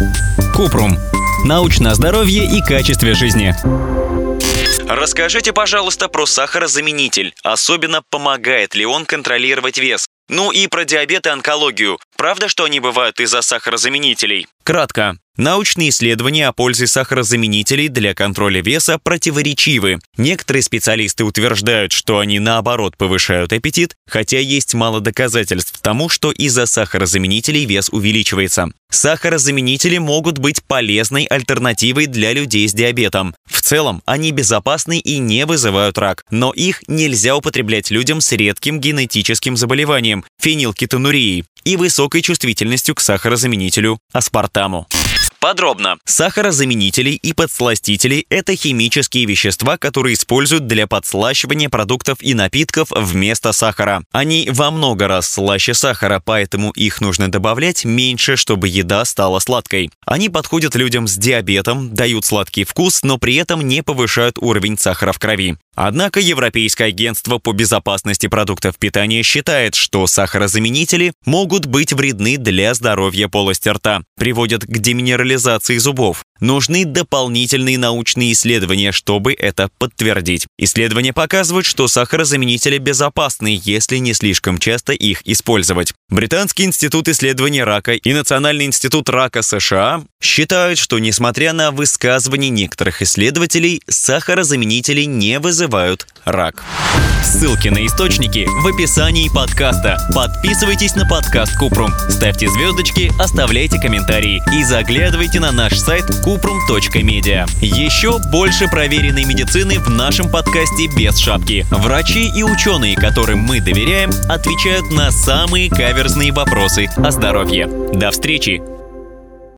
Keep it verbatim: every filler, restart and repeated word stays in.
Купрум. Научное здоровье и качестве жизни. Расскажите, пожалуйста, про сахарозаменитель. Особенно помогает ли он контролировать вес? Ну и про диабет и онкологию. Правда, что они бывают из-за сахарозаменителей? Кратко. Научные исследования о пользе сахарозаменителей для контроля веса противоречивы. Некоторые специалисты утверждают, что они наоборот повышают аппетит, хотя есть мало доказательств тому, что из-за сахарозаменителей вес увеличивается. Сахарозаменители могут быть полезной альтернативой для людей с диабетом. В целом, они безопасны и не вызывают рак, но их нельзя употреблять людям с редким генетическим заболеванием – фенилкетонурией и высокой чувствительностью к сахарозаменителю аспартаму. Подробно. Сахарозаменители и подсластители – это химические вещества, которые используют для подслащивания продуктов и напитков вместо сахара. Они во много раз слаще сахара, поэтому их нужно добавлять меньше, чтобы еда стала сладкой. Они подходят людям с диабетом, дают сладкий вкус, но при этом не повышают уровень сахара в крови. Однако Европейское агентство по безопасности продуктов питания считает, что сахарозаменители могут быть вредны для здоровья полости рта, приводят к деминерализации зубов. Нужны дополнительные научные исследования, чтобы это подтвердить. Исследования показывают, что сахарозаменители безопасны, если не слишком часто их использовать. Британский институт исследований рака и Национальный институт рака США считают, что, несмотря на высказывания некоторых исследователей, сахарозаменители не вызывают рак. Ссылки на источники в описании подкаста. Подписывайтесь на подкаст Купрум, ставьте звездочки, оставляйте комментарии и заглядывайте на наш сайт купрум точка медиа. Еще больше проверенной медицины в нашем подкасте без шапки. Врачи и ученые, которым мы доверяем, отвечают на самые каверзные вопросы о здоровье. До встречи!